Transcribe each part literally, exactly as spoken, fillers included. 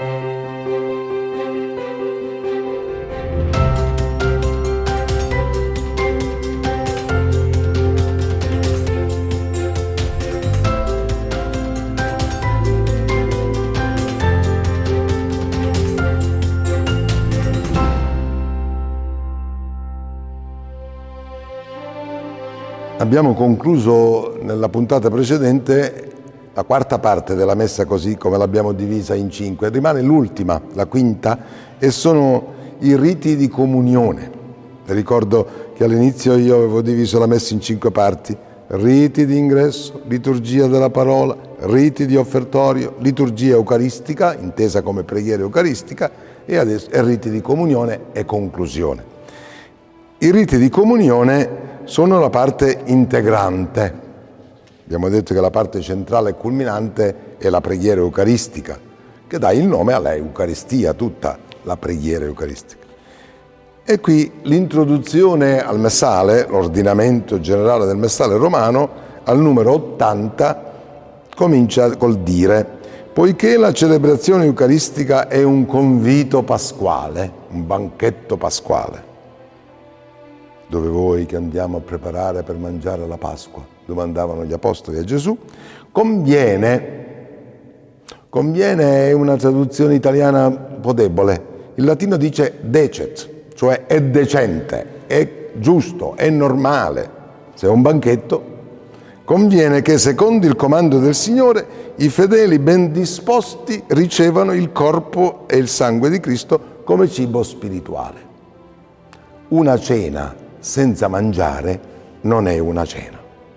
Abbiamo concluso nella puntata precedente la quarta parte della messa così come l'abbiamo divisa in cinque. Rimane l'ultima, la quinta, e sono i riti di comunione. Vi ricordo che all'inizio io avevo diviso la messa in cinque parti: riti di ingresso, liturgia della parola, riti di offertorio, liturgia eucaristica, intesa come preghiera eucaristica, e adesso e riti di comunione e conclusione. I riti di comunione sono la parte integrante. Abbiamo detto che la parte centrale e culminante è la preghiera eucaristica, che dà il nome alla Eucaristia, tutta la preghiera eucaristica. E qui l'introduzione al messale, l'ordinamento generale del messale romano, al numero ottanta, comincia col dire: poiché la celebrazione eucaristica è un convito pasquale, un banchetto pasquale, dove voi che andiamo a preparare per mangiare la Pasqua, domandavano gli apostoli a Gesù, conviene, conviene è una traduzione italiana un po' debole, il latino dice decet, cioè è decente, è giusto, è normale. Se è un banchetto, conviene che secondo il comando del Signore i fedeli ben disposti ricevano il corpo e il sangue di Cristo come cibo spirituale. Una cena senza mangiare non è una cena.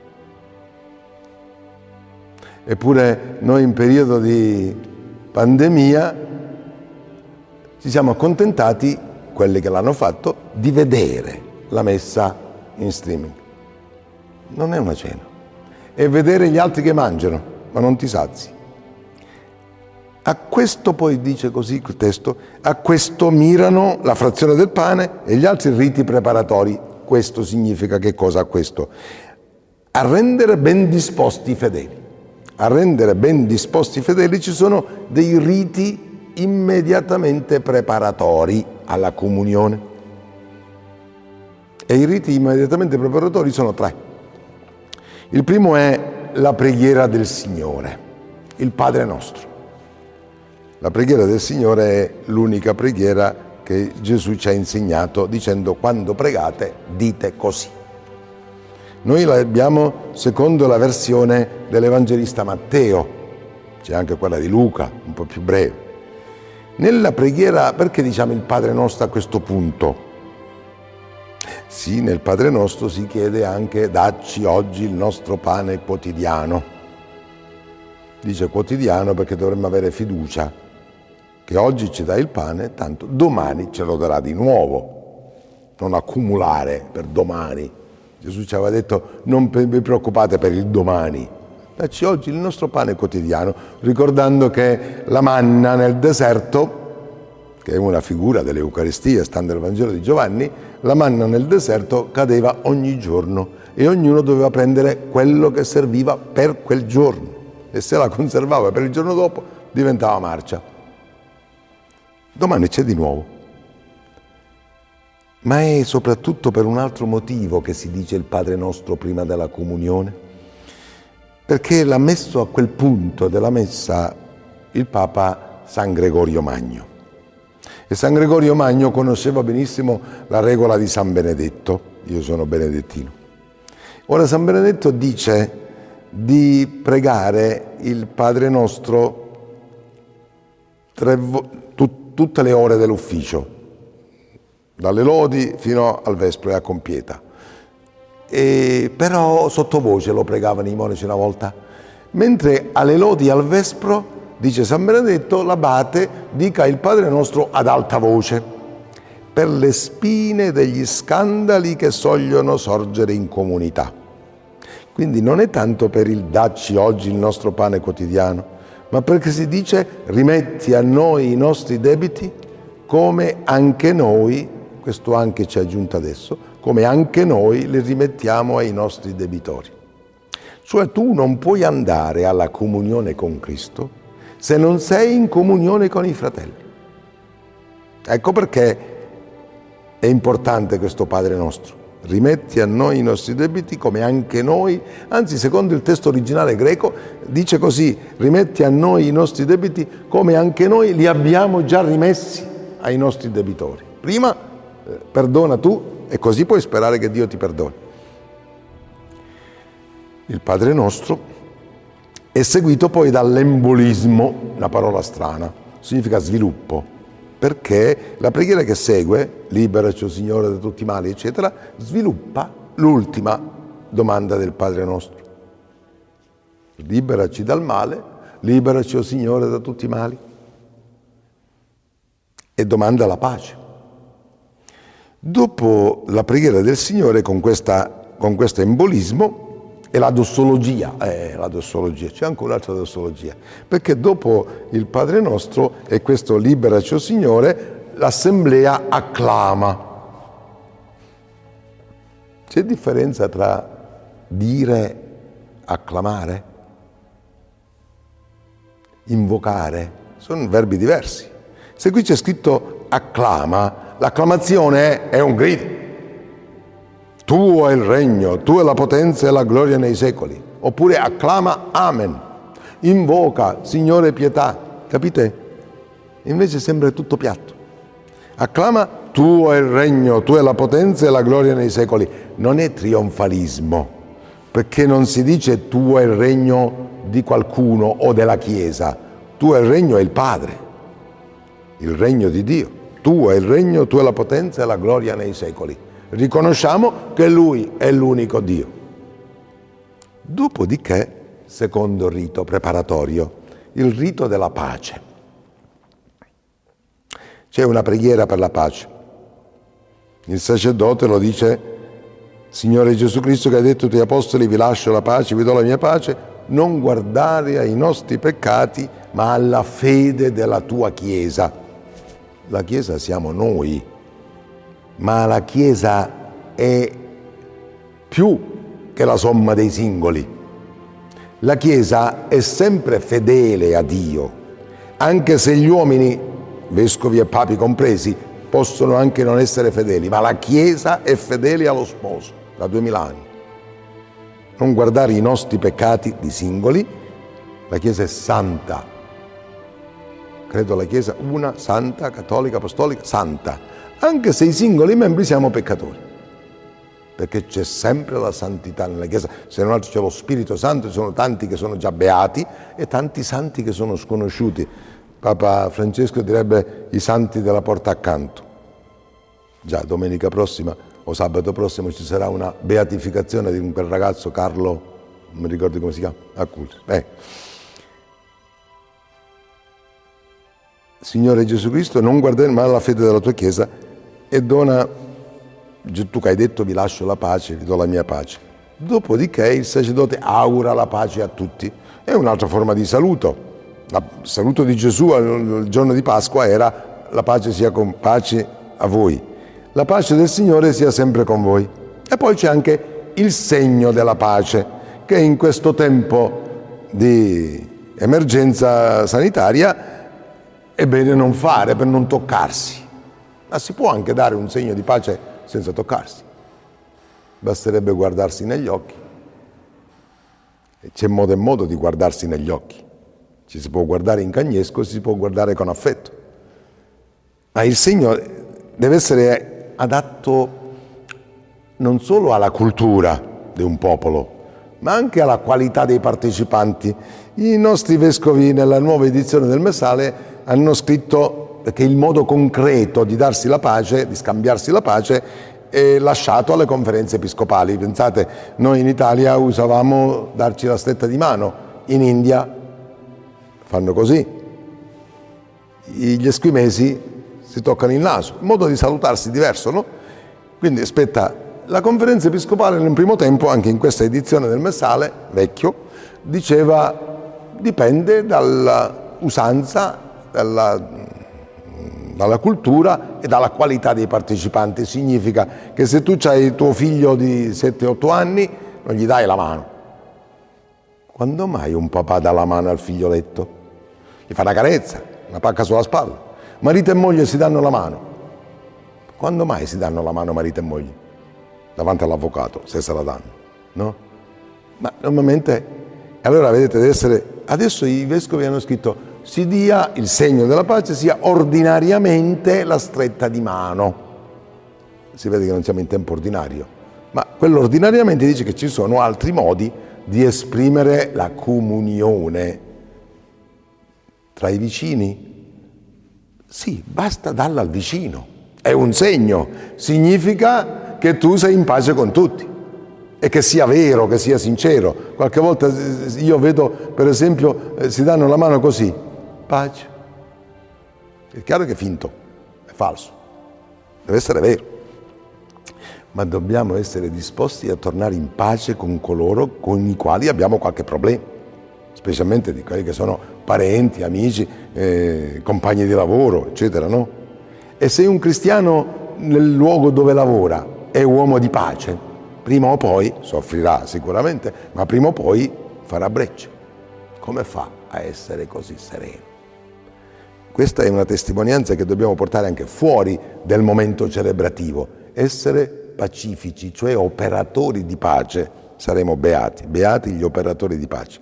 Eppure noi in periodo di pandemia ci siamo accontentati, quelli che l'hanno fatto, di vedere la messa in streaming. Non è una cena. È vedere gli altri che mangiano, ma non ti sazi. A questo poi dice così il testo: a questo mirano la frazione del pane e gli altri riti preparatori. Questo significa che cosa a questo? A rendere ben disposti i fedeli. A rendere ben disposti i fedeli ci sono dei riti immediatamente preparatori alla comunione. E i riti immediatamente preparatori sono tre. Il primo è la preghiera del Signore, il Padre nostro. La preghiera del Signore è l'unica preghiera che Gesù ci ha insegnato, dicendo: quando pregate dite così. Noi l'abbiamo secondo la versione dell'Evangelista Matteo, c'è anche quella di Luca, un po' più breve. Nella preghiera, perché diciamo il Padre nostro a questo punto? Sì, nel Padre nostro si chiede anche: dacci oggi il nostro pane quotidiano. Dice quotidiano perché dovremmo avere fiducia che oggi ci dà il pane, tanto domani ce lo darà di nuovo. Non accumulare per domani. Gesù ci aveva detto: non vi preoccupate per il domani, dacci oggi il nostro pane quotidiano, ricordando che la manna nel deserto, che è una figura dell'Eucaristia, stando nel Vangelo di Giovanni, la manna nel deserto cadeva ogni giorno e ognuno doveva prendere quello che serviva per quel giorno, e se la conservava per il giorno dopo diventava marcia. Domani c'è di nuovo. Ma è soprattutto per un altro motivo che si dice il Padre nostro prima della comunione, perché l'ha messo a quel punto della messa il Papa San Gregorio Magno. E San Gregorio Magno conosceva benissimo la regola di San Benedetto. Io sono benedettino. Ora San Benedetto dice di pregare il Padre nostro tre volte, tutte le ore dell'ufficio, dalle lodi fino al vespro e a compieta. E però sottovoce lo pregavano i monaci una volta, mentre alle lodi e al vespro, dice San Benedetto, l'abate dica il Padre nostro ad alta voce, per le spine degli scandali che sogliono sorgere in comunità. Quindi non è tanto per il dacci oggi il nostro pane quotidiano, ma perché si dice rimetti a noi i nostri debiti come anche noi, questo anche ci è aggiunto adesso, come anche noi li rimettiamo ai nostri debitori. Cioè tu non puoi andare alla comunione con Cristo se non sei in comunione con i fratelli. Ecco perché è importante questo Padre nostro. Rimetti a noi i nostri debiti come anche noi, anzi secondo il testo originale greco dice così: rimetti a noi i nostri debiti come anche noi li abbiamo già rimessi ai nostri debitori. Prima eh, perdona tu e così puoi sperare che Dio ti perdoni. Il Padre nostro è seguito poi dall'embolismo, una parola strana, significa sviluppo. Perché la preghiera che segue, liberaci o Signore da tutti i mali, eccetera, sviluppa l'ultima domanda del Padre nostro. Liberaci dal male, liberaci o Signore da tutti i mali. E domanda la pace. Dopo la preghiera del Signore con, questa, con questo embolismo è la dossologia, eh, la dossologia, c'è anche un'altra dossologia, perché dopo il Padre nostro e questo liberaci o Signore, l'assemblea acclama. C'è differenza tra dire e acclamare? Invocare? Sono verbi diversi. Se qui c'è scritto acclama, l'acclamazione è, è un grido. Tuo è il regno, tua è la potenza e la gloria nei secoli. Oppure acclama amen, invoca Signore pietà, capite? Invece sembra tutto piatto. Acclama tuo è il regno, tua è la potenza e la gloria nei secoli. Non è trionfalismo, perché non si dice tuo è il regno di qualcuno o della Chiesa. Tuo è il regno è il Padre, il regno di Dio. Tuo è il regno, tua è la potenza e la gloria nei secoli. Riconosciamo che Lui è l'unico Dio. Dopodiché, secondo rito preparatorio, il rito della pace. C'è una preghiera per la pace. Il sacerdote lo dice: Signore Gesù Cristo, che hai detto ai tuoi apostoli, vi lascio la pace, vi do la mia pace, non guardare ai nostri peccati, ma alla fede della tua Chiesa. La Chiesa siamo noi, ma la Chiesa è più che la somma dei singoli. La Chiesa è sempre fedele a Dio, anche se gli uomini, vescovi e papi compresi, possono anche non essere fedeli, ma la Chiesa è fedele allo sposo da duemila anni. Non guardare i nostri peccati di singoli, la Chiesa è santa. Credo la Chiesa una, santa, cattolica, apostolica, santa, anche se i singoli membri siamo peccatori, perché c'è sempre la santità nella Chiesa. Se non altro c'è lo Spirito Santo, ci sono tanti che sono già beati e tanti santi che sono sconosciuti. Papa Francesco direbbe i santi della porta accanto. Già domenica prossima o sabato prossimo ci sarà una beatificazione di quel ragazzo Carlo, non mi ricordo come si chiama, Aculli. Eh. Signore Gesù Cristo, non guardare male la fede della tua Chiesa e dona, tu che hai detto vi lascio la pace, vi do la mia pace. Dopodiché il sacerdote augura la pace a tutti. È un'altra forma di saluto. Il saluto di Gesù il giorno di Pasqua era: la pace sia con pace a voi. La pace del Signore sia sempre con voi. E poi c'è anche il segno della pace, che in questo tempo di emergenza sanitaria è bene non fare per non toccarsi. Ma si può anche dare un segno di pace senza toccarsi. Basterebbe guardarsi negli occhi. E c'è modo e modo di guardarsi negli occhi. Ci si può guardare in cagnesco, si può guardare con affetto. Ma il segno deve essere adatto non solo alla cultura di un popolo, ma anche alla qualità dei partecipanti. I nostri vescovi nella nuova edizione del Messale hanno scritto che il modo concreto di darsi la pace, di scambiarsi la pace, è lasciato alle conferenze episcopali. Pensate, noi in Italia usavamo darci la stretta di mano, in India fanno così, gli eschimesi si toccano il naso, il modo di salutarsi è diverso, no? Quindi aspetta, la conferenza episcopale nel primo tempo, anche in questa edizione del Messale, vecchio, diceva dipende dall'usanza, dalla, dalla cultura e dalla qualità dei partecipanti. Significa che se tu hai tuo figlio di sette otto anni, non gli dai la mano. Quando mai un papà dà la mano al figlioletto? gli fa una carezza, una pacca sulla spalla. Marito e moglie si danno la mano. Quando mai si danno la mano marito e moglie? Davanti all'avvocato, se se la danno, no? Ma normalmente, allora vedete, deve essere, adesso i vescovi hanno scritto, si dia il segno della pace, sia ordinariamente la stretta di mano. Si vede che non siamo in tempo ordinario, ma quello ordinariamente dice che ci sono altri modi di esprimere la comunione tra i vicini. Sì, basta darla al vicino, è un segno, significa che tu sei in pace con tutti e che sia vero, che sia sincero. Qualche volta io vedo, per esempio, si danno la mano così, pace. È chiaro che è finto, è falso, deve essere vero. Ma dobbiamo essere disposti a tornare in pace con coloro con i quali abbiamo qualche problema, specialmente di quelli che sono parenti, amici, eh, compagni di lavoro, eccetera, no? E se un cristiano nel luogo dove lavora è uomo di pace, prima o poi, soffrirà sicuramente, ma prima o poi farà breccia. Come fa a essere così sereno? Questa è una testimonianza che dobbiamo portare anche fuori del momento celebrativo, essere pacifici, cioè operatori di pace. Saremo beati, beati gli operatori di pace.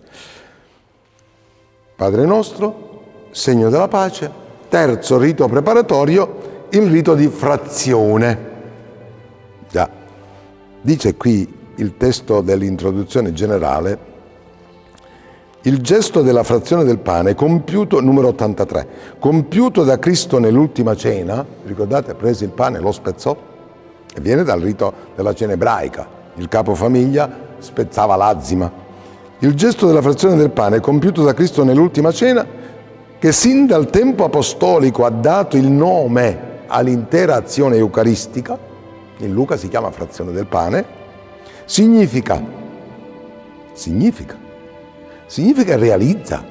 Padre nostro, segno della pace. Terzo rito preparatorio, il rito di frazione. Già, dice qui il testo dell'introduzione generale, il gesto della frazione del pane compiuto, numero ottantatré, compiuto da Cristo nell'ultima cena, ricordate, prese il pane e lo spezzò, e viene dal rito della cena ebraica, il capofamiglia spezzava l'azima. Il gesto della frazione del pane compiuto da Cristo nell'ultima cena, che sin dal tempo apostolico ha dato il nome all'intera azione eucaristica, in Luca si chiama frazione del pane, significa, significa, significa e realizza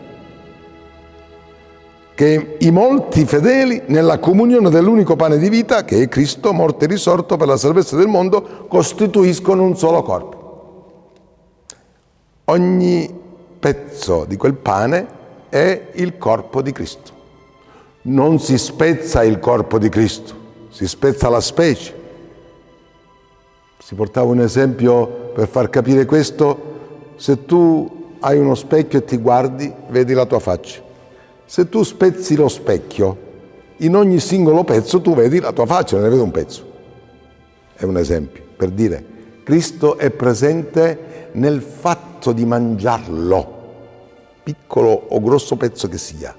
che i molti fedeli nella comunione dell'unico pane di vita, che è Cristo, morto e risorto per la salvezza del mondo, costituiscono un solo corpo. Ogni pezzo di quel pane è il corpo di Cristo. Non si spezza il corpo di Cristo, si spezza la specie. Si portava un esempio per far capire questo: se tu hai uno specchio e ti guardi, vedi la tua faccia. Se tu spezzi lo specchio, in ogni singolo pezzo tu vedi la tua faccia, non ne vedi un pezzo. È un esempio per dire, Cristo è presente nel fatto di mangiarlo, piccolo o grosso pezzo che sia.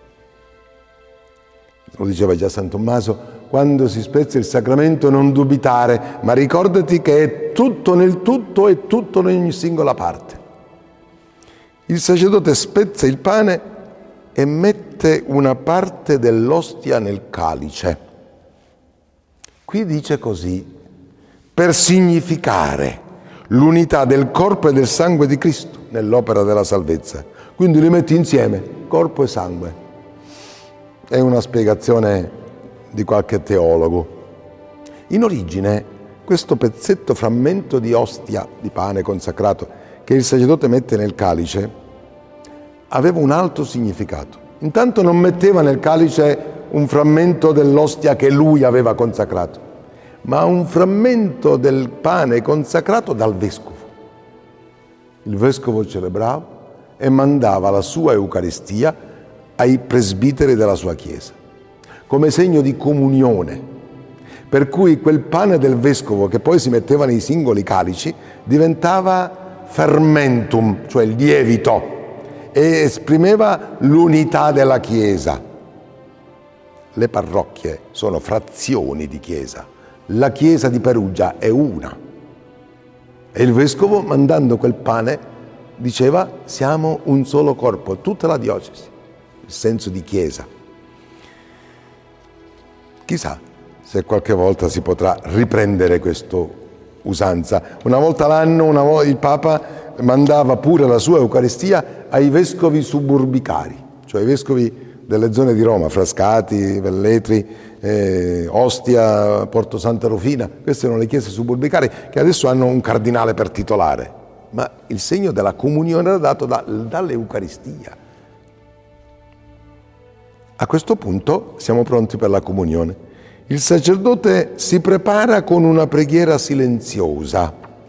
Lo diceva già San Tommaso, quando si spezza il sacramento non dubitare, ma ricordati che è tutto nel tutto e tutto in ogni singola parte. Il sacerdote spezza il pane e mette una parte dell'ostia nel calice. Qui dice così, per significare l'unità del corpo e del sangue di Cristo nell'opera della salvezza. Quindi li metti insieme, corpo e sangue. È una spiegazione di qualche teologo. In origine, questo pezzetto, frammento di ostia, di pane consacrato, che il sacerdote mette nel calice, aveva un altro significato. Intanto non metteva nel calice un frammento dell'ostia che lui aveva consacrato, ma un frammento del pane consacrato dal vescovo. Il vescovo celebrava e mandava la sua Eucaristia ai presbiteri della sua Chiesa, come segno di comunione. Per cui quel pane del vescovo, che poi si metteva nei singoli calici, diventava fermentum, cioè il lievito, e esprimeva l'unità della Chiesa. Le parrocchie sono frazioni di Chiesa. La Chiesa di Perugia è una. E il vescovo, mandando quel pane, diceva siamo un solo corpo, tutta la diocesi, il senso di Chiesa. Chissà se qualche volta si potrà riprendere questa usanza. Una volta l'anno una vo- il Papa mandava pure la sua Eucaristia ai vescovi suburbicari, cioè ai vescovi delle zone di Roma, Frascati, Velletri, eh, Ostia, Porto Santa Rufina. Queste erano le chiese suburbicari che adesso hanno un cardinale per titolare, ma il segno della comunione era dato da, dall'Eucaristia. A questo punto siamo pronti per la comunione. Il sacerdote si prepara con una preghiera silenziosa.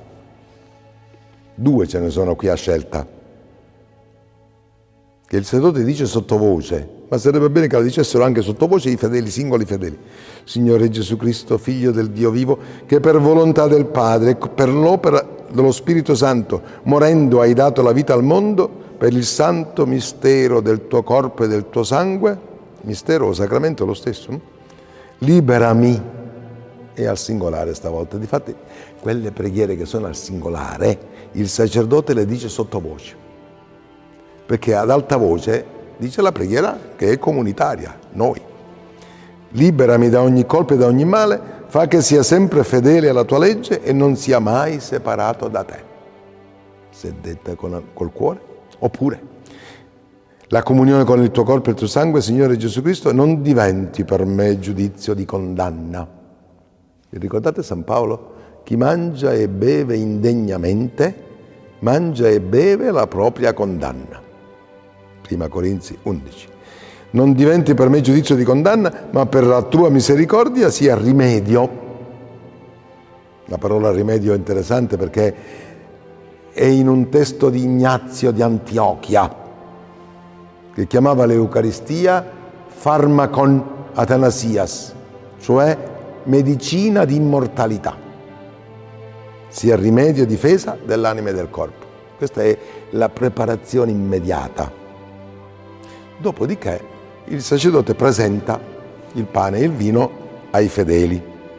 Due ce ne sono qui a scelta. Che il sacerdote dice sottovoce, ma sarebbe bene che la dicessero anche sottovoce i fedeli, i singoli fedeli. Signore Gesù Cristo, Figlio del Dio vivo, che per volontà del Padre, per l'opera dello Spirito Santo, morendo hai dato la vita al mondo, per il santo mistero del tuo corpo e del tuo sangue, mistero o sacramento è lo stesso, no? Liberami, e al singolare stavolta. Difatti quelle preghiere che sono al singolare, il sacerdote le dice sottovoce, perché ad alta voce dice la preghiera che è comunitaria, noi. Liberami da ogni colpa e da ogni male, fa che sia sempre fedele alla tua legge e non sia mai separato da te. Se detta con, col cuore, oppure la comunione con il tuo corpo e il tuo sangue, Signore Gesù Cristo, non diventi per me giudizio di condanna. Vi ricordate San Paolo? Chi mangia e beve indegnamente, mangia e beve la propria condanna. Prima Corinzi undici. Non diventi per me giudizio di condanna, ma per la tua misericordia sia rimedio. La parola rimedio è interessante perché è in un testo di Ignazio di Antiochia, che chiamava l'Eucaristia pharmakon athanasias, cioè medicina di immortalità, sia rimedio e difesa dell'anima e del corpo. Questa è la preparazione immediata. Dopodiché il sacerdote presenta il pane e il vino ai fedeli.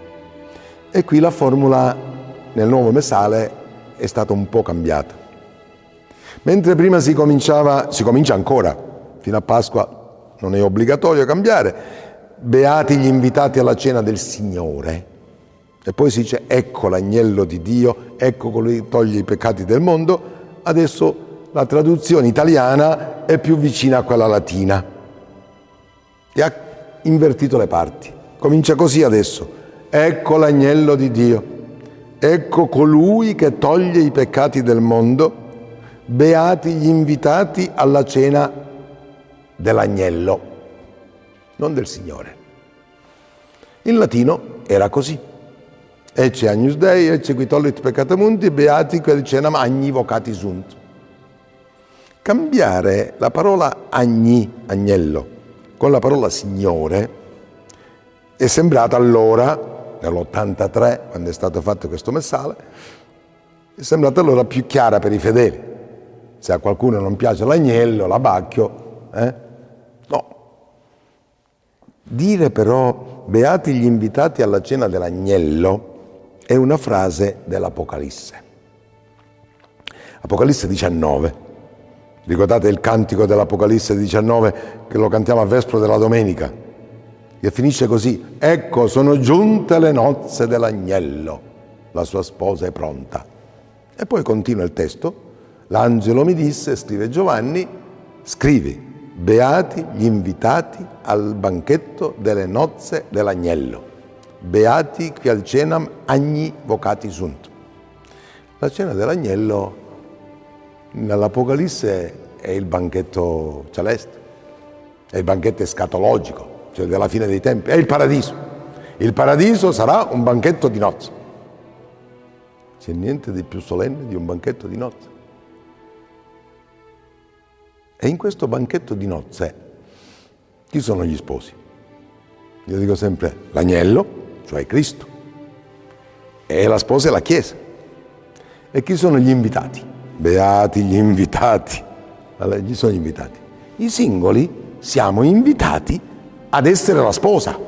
E qui la formula nel nuovo messale è stata un po' cambiata. Mentre prima si cominciava, si comincia ancora, fino a Pasqua non è obbligatorio cambiare, beati gli invitati alla cena del Signore. E poi si dice, ecco l'agnello di Dio, ecco colui che toglie i peccati del mondo. Adesso la traduzione italiana è più vicina a quella latina e ha invertito le parti. Comincia così adesso, ecco l'agnello di Dio, ecco colui che toglie i peccati del mondo, beati gli invitati alla cena dell'agnello, non del Signore. In latino era così. Ecce agnus Dei, ecce qui tollit peccata mundi, beati quel cenam agni vocati sunt. Cambiare la parola agni, agnello, con la parola Signore è sembrata allora, nell'ottantatré, quando è stato fatto questo messale, è sembrata allora più chiara per i fedeli. Se a qualcuno non piace l'agnello, l'abbacchio, eh? No. Dire però, beati gli invitati alla cena dell'agnello, è una frase dell'Apocalisse. Apocalisse diciannove. Ricordate il cantico dell'Apocalisse diciannove che lo cantiamo a vespro della domenica, che finisce così: ecco, sono giunte le nozze dell'agnello, la sua sposa è pronta. E poi continua il testo: l'angelo mi disse, scrive Giovanni, scrivi, beati gli invitati al banchetto delle nozze dell'agnello. Beati qui al cenam agni vocati sunt. La cena dell'agnello nell'Apocalisse è il banchetto celeste, è il banchetto escatologico, cioè della fine dei tempi, è il paradiso. Il paradiso sarà un banchetto di nozze. C'è niente di più solenne di un banchetto di nozze. E in questo banchetto di nozze chi sono gli sposi? Io dico sempre l'agnello, cioè Cristo, e la sposa è la Chiesa. E chi sono gli invitati? Beati gli invitati. Allora, chi sono gli invitati? I singoli siamo invitati ad essere la sposa.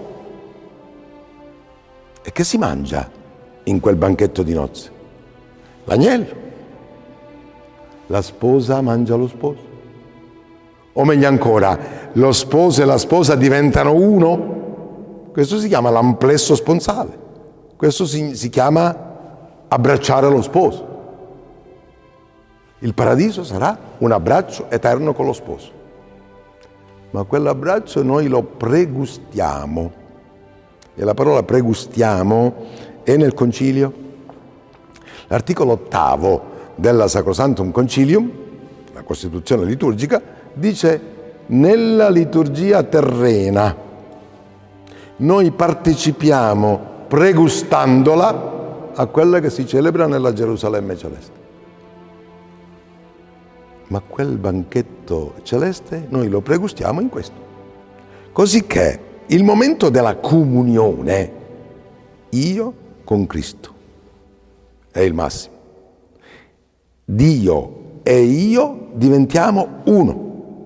E che si mangia in quel banchetto di nozze? L'agnello. La sposa mangia lo sposo. O meglio ancora, lo sposo e la sposa diventano uno. Questo si chiama l'amplesso sponsale. Questo si, si chiama abbracciare lo sposo. Il paradiso sarà un abbraccio eterno con lo sposo. Ma quell'abbraccio noi lo pregustiamo. E la parola pregustiamo è nel concilio. L'articolo ottavo della Sacrosanctum Concilium, la Costituzione liturgica, dice nella liturgia terrena noi partecipiamo pregustandola a quella che si celebra nella Gerusalemme celeste. Ma quel banchetto celeste noi lo pregustiamo in questo. Cosicché il momento della comunione, io con Cristo, è il massimo. Dio e io diventiamo uno.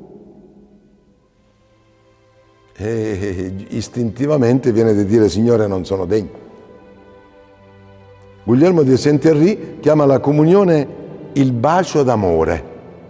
E istintivamente viene di dire: Signore, non sono degno. Guglielmo di Saint-Henri chiama la comunione il bacio d'amore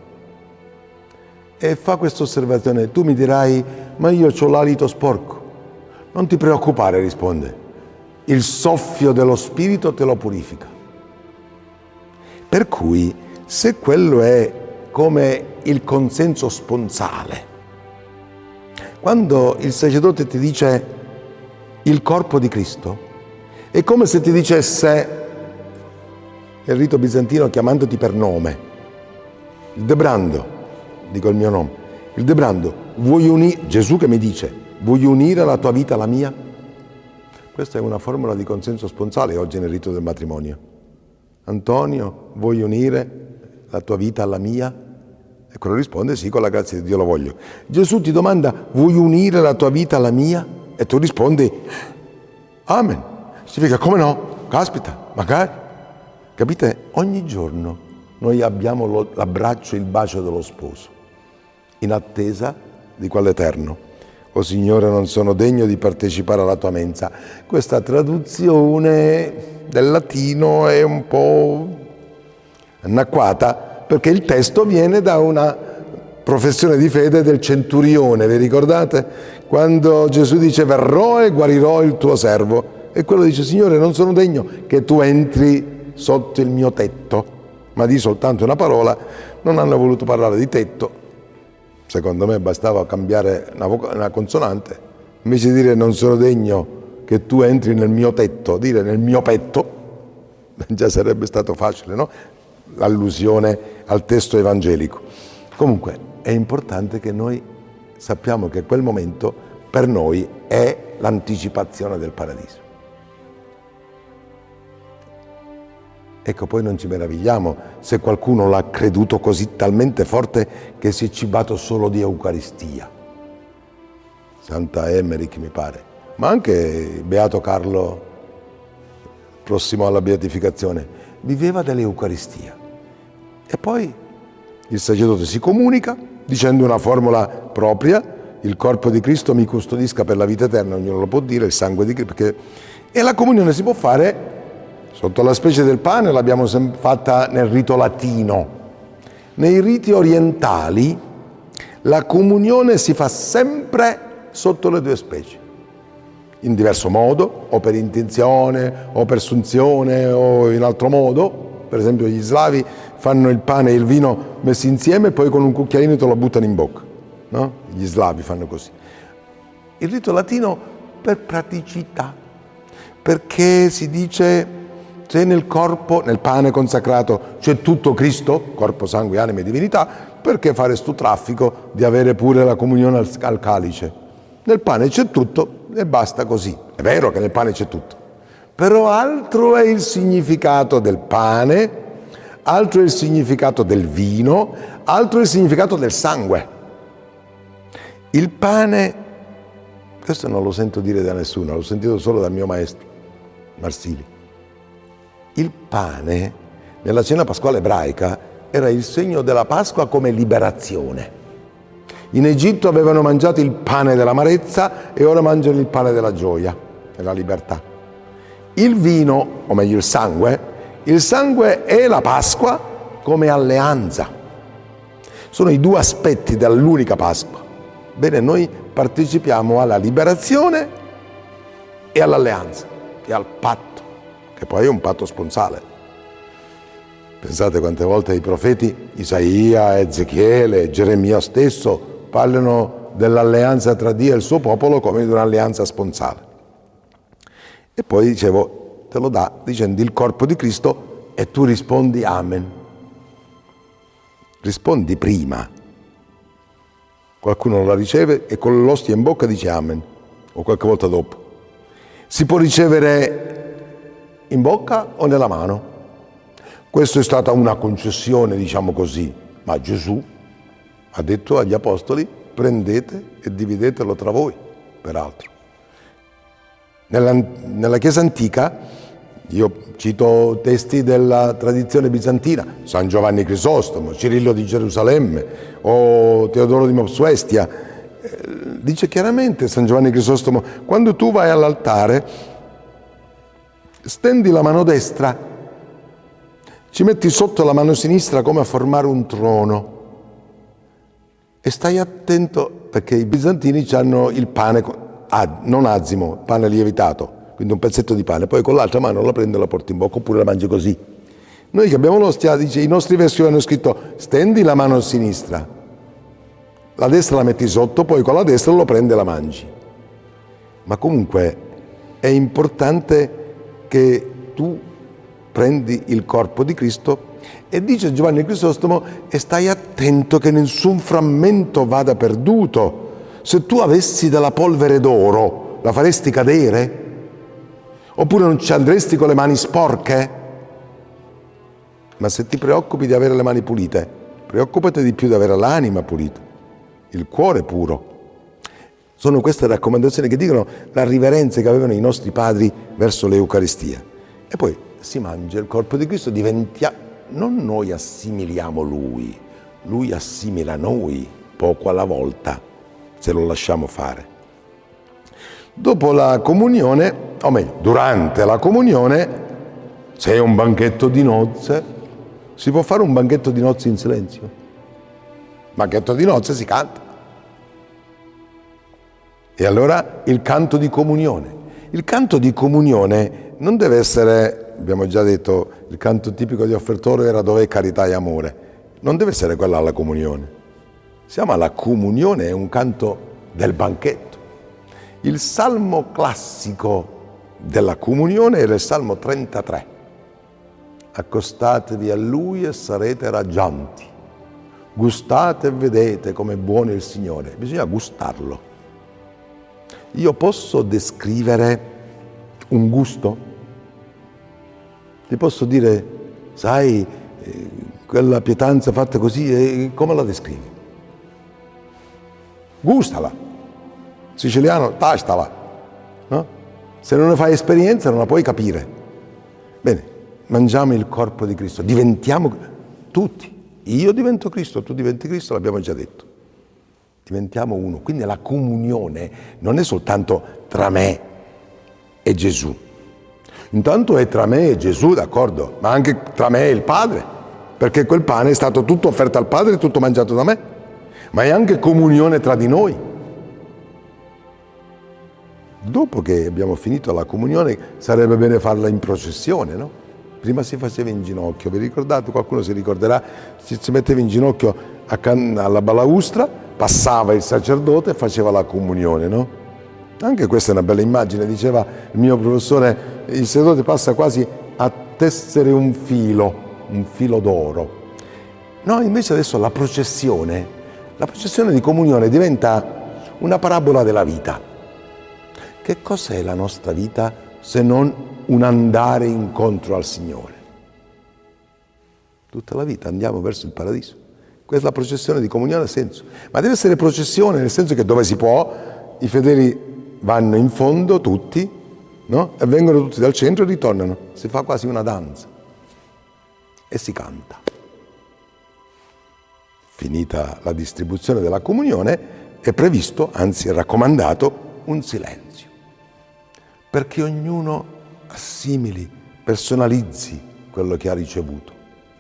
e fa questa osservazione. Tu mi dirai: ma io ho l'alito sporco. Non ti preoccupare, risponde, il soffio dello Spirito te lo purifica. Per cui, se quello è come il consenso sponsale, quando il sacerdote ti dice il corpo di Cristo, è come se ti dicesse, nel rito bizantino chiamandoti per nome, il Debrando, dico il mio nome, il Debrando, vuoi unire, Gesù che mi dice, vuoi unire la tua vita alla mia? Questa è una formula di consenso sponsale oggi nel rito del matrimonio. Antonio, vuoi unire la tua vita alla mia? E quello risponde: sì, con la grazia di Dio lo voglio. Gesù ti domanda: vuoi unire la tua vita alla mia? E tu rispondi: amen. Significa: come no? Caspita, magari. Capite? Ogni giorno noi abbiamo lo, l'abbraccio, il bacio dello sposo, in attesa di quell'eterno. O Signore, non sono degno di partecipare alla tua mensa. Questa traduzione del latino è un po' anacquata, perché il testo viene da una professione di fede del centurione, vi ricordate? Quando Gesù dice: verrò e guarirò il tuo servo. E quello dice: Signore, non sono degno che tu entri sotto il mio tetto. Ma di soltanto una parola, non hanno voluto parlare di tetto. Secondo me bastava cambiare una, voc- una consonante. Invece di dire non sono degno che tu entri nel mio tetto, dire nel mio petto, già sarebbe stato facile, no? L'allusione al testo evangelico. Comunque è importante che noi sappiamo che quel momento per noi è l'anticipazione del paradiso. Ecco, poi non ci meravigliamo se qualcuno l'ha creduto così talmente forte che si è cibato solo di Eucaristia. Santa Emmerich, mi pare, ma anche Beato Carlo, prossimo alla beatificazione, viveva dell'Eucaristia. E poi il sacerdote si comunica dicendo una formula propria: il corpo di Cristo mi custodisca per la vita eterna, ognuno lo può dire, il sangue di Cristo, perché... e la comunione si può fare sotto la specie del pane, l'abbiamo fatta nel rito latino. Nei riti orientali la comunione si fa sempre sotto le due specie, in diverso modo, o per intenzione, o per assunzione, o in altro modo. Per esempio gli slavi fanno il pane e il vino messi insieme e poi con un cucchiaino te lo buttano in bocca, no? Gli slavi fanno così. Il rito latino per praticità, perché si dice: se nel corpo, nel pane consacrato c'è tutto Cristo, corpo, sangue, anima e divinità, perché fare sto traffico di avere pure la comunione al, al calice? Nel pane c'è tutto e basta così. È vero che nel pane c'è tutto, però altro è il significato del pane, altro è il significato del vino, altro è il significato del sangue. Il pane, questo non lo sento dire da nessuno, l'ho sentito solo dal mio maestro Marsili. Il pane, nella cena pasquale ebraica, era il segno della Pasqua come liberazione. In Egitto avevano mangiato il pane dell'amarezza e ora mangiano il pane della gioia e la libertà. Il vino, o meglio il sangue, il sangue è la Pasqua come alleanza. Sono i due aspetti dell'unica Pasqua. Bene, noi partecipiamo alla liberazione e all'alleanza e al patto, che poi è un patto sponsale. Pensate quante volte i profeti Isaia, Ezechiele, Geremia stesso parlano dell'alleanza tra Dio e il suo popolo come di un'alleanza sponsale. E poi dicevo, te lo dà dicendo il corpo di Cristo e tu rispondi amen. Rispondi prima. Qualcuno la riceve e con l'ostia in bocca dice amen, o qualche volta dopo. Si può ricevere in bocca o nella mano. Questa è stata una concessione, diciamo così, ma Gesù ha detto agli apostoli: prendete e dividetelo tra voi, peraltro. Nella, nella Chiesa antica, io cito testi della tradizione bizantina, San Giovanni Crisostomo, Cirillo di Gerusalemme o Teodoro di Mopsuestia, eh, dice chiaramente San Giovanni Crisostomo: quando tu vai all'altare, stendi la mano destra, ci metti sotto la mano sinistra come a formare un trono e stai attento, perché i bizantini hanno il pane, ah, non azimo, pane lievitato, quindi un pezzetto di pane, poi con l'altra mano la prendi e la porti in bocca, oppure la mangi così. Noi che abbiamo l'ostia, dice, i nostri versi hanno scritto: stendi la mano sinistra, la destra la metti sotto, poi con la destra lo prendi e la mangi. Ma comunque è importante che tu prendi il corpo di Cristo, e dice Giovanni Crisostomo: e stai attento che nessun frammento vada perduto. Se tu avessi della polvere d'oro, la faresti cadere? Oppure non ci andresti con le mani sporche? Ma se ti preoccupi di avere le mani pulite, preoccupati di più di avere l'anima pulita, il cuore puro. Sono queste raccomandazioni che dicono la riverenza che avevano i nostri padri verso l'Eucaristia. E poi si mangia il corpo di Cristo, diventiamo, non noi assimiliamo Lui, Lui assimila noi poco alla volta, se lo lasciamo fare. Dopo la comunione, o meglio, durante la comunione, se è un banchetto di nozze, si può fare un banchetto di nozze in silenzio. Banchetto di nozze si canta. E allora il canto di comunione. Il canto di comunione non deve essere, abbiamo già detto, il canto tipico di offertorio era dov'è carità e amore. Non deve essere quella alla comunione. Siamo alla comunione, è un canto del banchetto. Il salmo classico della comunione era il Salmo trentatré. Accostatevi a Lui e sarete raggianti. Gustate e vedete come è buono il Signore. Bisogna gustarlo. Io posso descrivere un gusto? Ti posso dire, sai, eh, quella pietanza fatta così, eh, come la descrivi? Gustala. Siciliano, tastala. No? Se non ne fai esperienza non la puoi capire. Bene, mangiamo il corpo di Cristo, diventiamo tutti. Io divento Cristo, tu diventi Cristo, l'abbiamo già detto. Diventiamo uno. Quindi la comunione non è soltanto tra me e Gesù. Intanto è tra me e Gesù, d'accordo, ma anche tra me e il Padre, perché quel pane è stato tutto offerto al Padre e tutto mangiato da me, ma è anche comunione tra di noi. Dopo che abbiamo finito la comunione sarebbe bene farla in processione, no? Prima si faceva in ginocchio, vi ricordate? Qualcuno si ricorderà, si, si metteva in ginocchio accanto alla balaustra, passava il sacerdote e faceva la comunione, no? Anche questa è una bella immagine, diceva il mio professore, il sacerdote passa quasi a tessere un filo, un filo d'oro. No, invece adesso la processione, la processione di comunione diventa una parabola della vita. Che cos'è la nostra vita se non un andare incontro al Signore? Tutta la vita andiamo verso il paradiso. Questa è la processione di comunione ha senso. Ma deve essere processione nel senso che dove si può, i fedeli vanno in fondo tutti, no? E vengono tutti dal centro e ritornano. Si fa quasi una danza. E si canta. Finita la distribuzione della comunione, è previsto, anzi è raccomandato, un silenzio. Perché ognuno assimili, personalizzi quello che ha ricevuto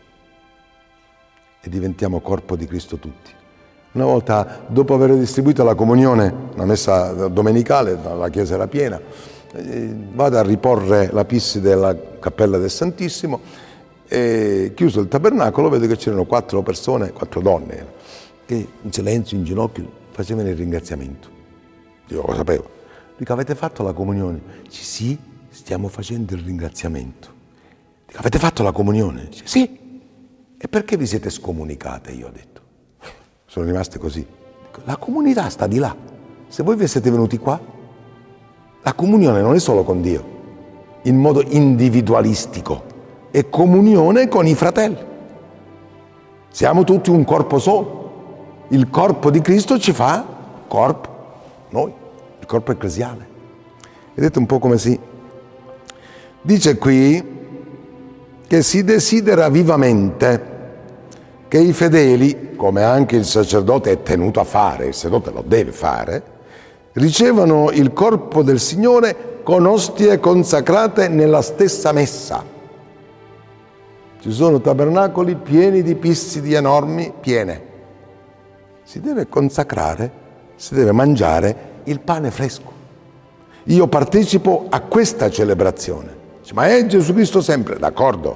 e diventiamo corpo di Cristo tutti. Una volta, dopo aver distribuito la comunione, la messa domenicale, la chiesa era piena, eh, vado a riporre la pissi della cappella del Santissimo e chiuso il tabernacolo vedo che c'erano quattro persone, quattro donne, che in silenzio, in ginocchio, facevano il ringraziamento. Io lo sapevo. Dico, avete fatto la comunione? Dice, sì, stiamo facendo il ringraziamento. Dico, avete fatto la comunione? Dice, sì. E perché vi siete scomunicate? Io ho detto. Sono rimaste così. La comunità sta di là. Se voi vi siete venuti qua, la comunione non è solo con Dio, in modo individualistico, è comunione con i fratelli. Siamo tutti un corpo solo. Il corpo di Cristo ci fa corpo, noi, il corpo ecclesiale. Vedete un po' come si dice qui che si desidera vivamente che i fedeli, come anche il sacerdote è tenuto a fare, il sacerdote lo deve fare, ricevano il corpo del Signore con ostie consacrate nella stessa messa. Ci sono tabernacoli pieni di pissidi enormi, piene. Si deve consacrare, si deve mangiare il pane fresco. Io partecipo a questa celebrazione. Ma è Gesù Cristo sempre, d'accordo.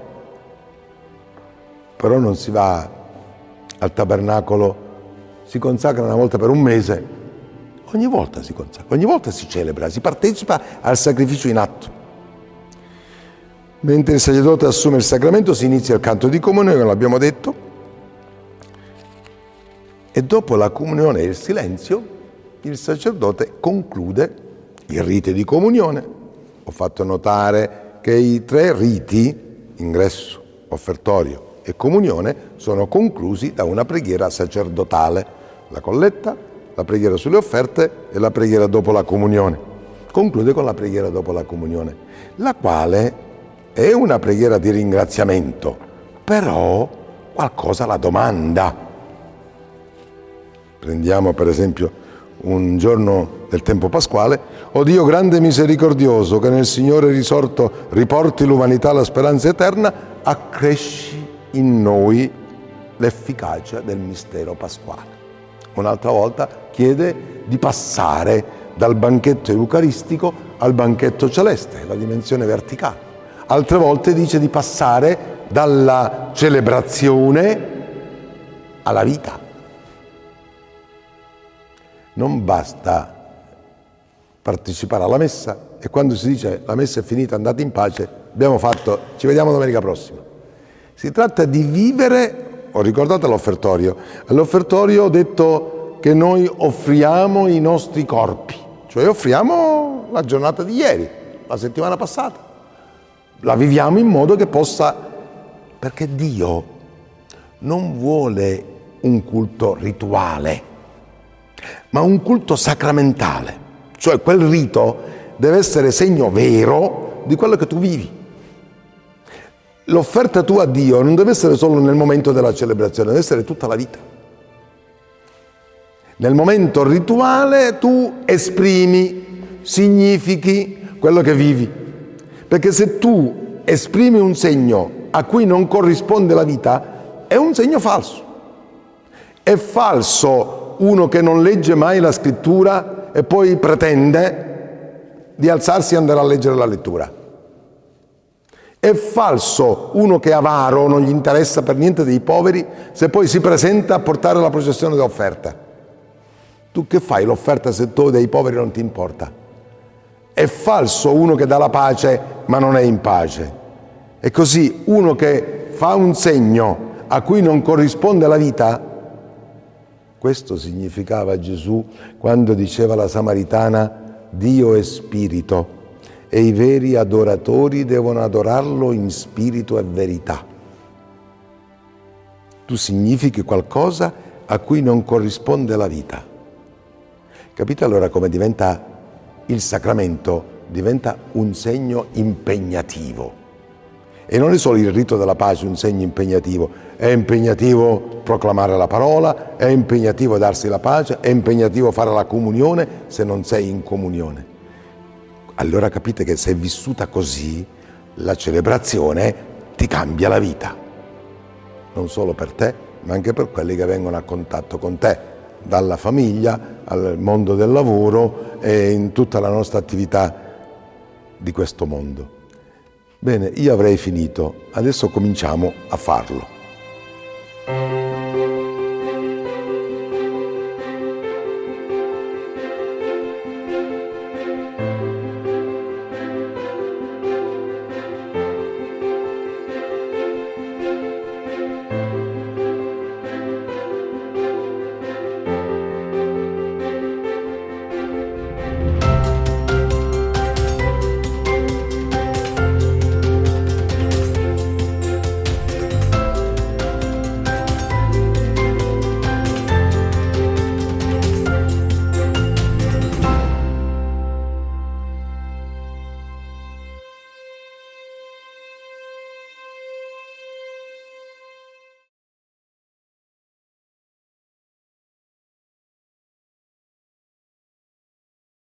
Però non si va al tabernacolo, si consacra una volta per un mese, ogni volta si consacra, ogni volta si celebra, si partecipa al sacrificio in atto. Mentre il sacerdote assume il sacramento si inizia il canto di comunione, come l'abbiamo detto, e dopo la comunione e il silenzio il sacerdote conclude i riti di comunione. Ho fatto notare che i tre riti, ingresso, offertorio e comunione, sono conclusi da una preghiera sacerdotale, la colletta, la preghiera sulle offerte e la preghiera dopo la comunione. Conclude con la preghiera dopo la comunione, la quale è una preghiera di ringraziamento, però qualcosa la domanda. Prendiamo per esempio un giorno del tempo pasquale: o Dio grande e misericordioso, che nel Signore risorto riporti l'umanità alla speranza eterna, accresci in noi l'efficacia del mistero pasquale. Un'altra volta chiede di passare dal banchetto eucaristico al banchetto celeste, la dimensione verticale. Altre volte dice di passare dalla celebrazione alla vita. Non basta partecipare alla messa e quando si dice la messa è finita, andate in pace, abbiamo fatto, ci vediamo domenica prossima. Si tratta di vivere, ho ricordato l'offertorio, all'offertorio ho detto che noi offriamo i nostri corpi, cioè offriamo la giornata di ieri, la settimana passata, la viviamo in modo che possa, perché Dio non vuole un culto rituale, ma un culto sacramentale, cioè quel rito deve essere segno vero di quello che tu vivi. L'offerta tua a Dio non deve essere solo nel momento della celebrazione, deve essere tutta la vita. Nel momento rituale tu esprimi, significhi quello che vivi, perché se tu esprimi un segno a cui non corrisponde la vita, è un segno falso. È falso uno che non legge mai la scrittura e poi pretende di alzarsi e andare a leggere la lettura. È falso uno che è avaro, non gli interessa per niente dei poveri, se poi si presenta a portare la processione dell'offerta. Tu che fai l'offerta se tu dei poveri non ti importa? È falso uno che dà la pace ma non è in pace. E così uno che fa un segno a cui non corrisponde la vita. Questo significava Gesù quando diceva alla Samaritana: Dio è spirito e i veri adoratori devono adorarlo in spirito e verità. Tu significhi qualcosa a cui non corrisponde la vita. Capite allora come diventa il sacramento? Diventa un segno impegnativo. E non è solo il rito della pace un segno impegnativo, è impegnativo proclamare la parola, è impegnativo darsi la pace, è impegnativo fare la comunione se non sei in comunione. Allora capite che se è vissuta così, la celebrazione ti cambia la vita, non solo per te, ma anche per quelli che vengono a contatto con te, dalla famiglia al mondo del lavoro e in tutta la nostra attività di questo mondo. Bene, io avrei finito, adesso cominciamo a farlo.